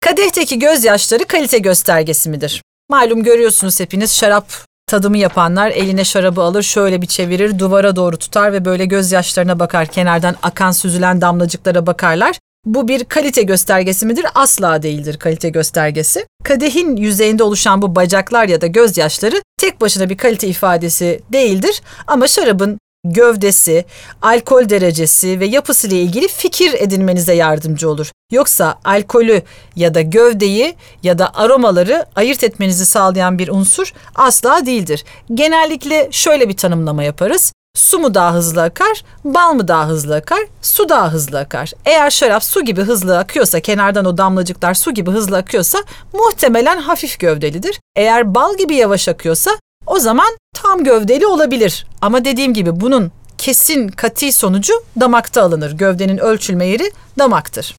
Kadehteki gözyaşları kalite göstergesi midir? Malum görüyorsunuz hepiniz, şarap tadımı yapanlar eline şarabı alır, şöyle bir çevirir, duvara doğru tutar ve böyle gözyaşlarına bakar, kenardan akan süzülen damlacıklara bakarlar. Bu bir kalite göstergesi midir? Asla değildir kalite göstergesi. Kadehin yüzeyinde oluşan bu bacaklar ya da gözyaşları tek başına bir kalite ifadesi değildir. Ama şarabın gövdesi, alkol derecesi ve yapısı ile ilgili fikir edinmenize yardımcı olur. Yoksa alkolü ya da gövdeyi ya da aromaları ayırt etmenizi sağlayan bir unsur asla değildir. Genellikle şöyle bir tanımlama yaparız. Su mu daha hızlı akar, bal mı daha hızlı akar, su daha hızlı akar. Eğer şarap su gibi hızlı akıyorsa, kenardan o damlacıklar su gibi hızlı akıyorsa muhtemelen hafif gövdelidir. Eğer bal gibi yavaş akıyorsa o zaman tam gövdeli olabilir. Ama dediğim gibi bunun kesin, kati sonucu damakta alınır. Gövdenin ölçülme yeri damaktır.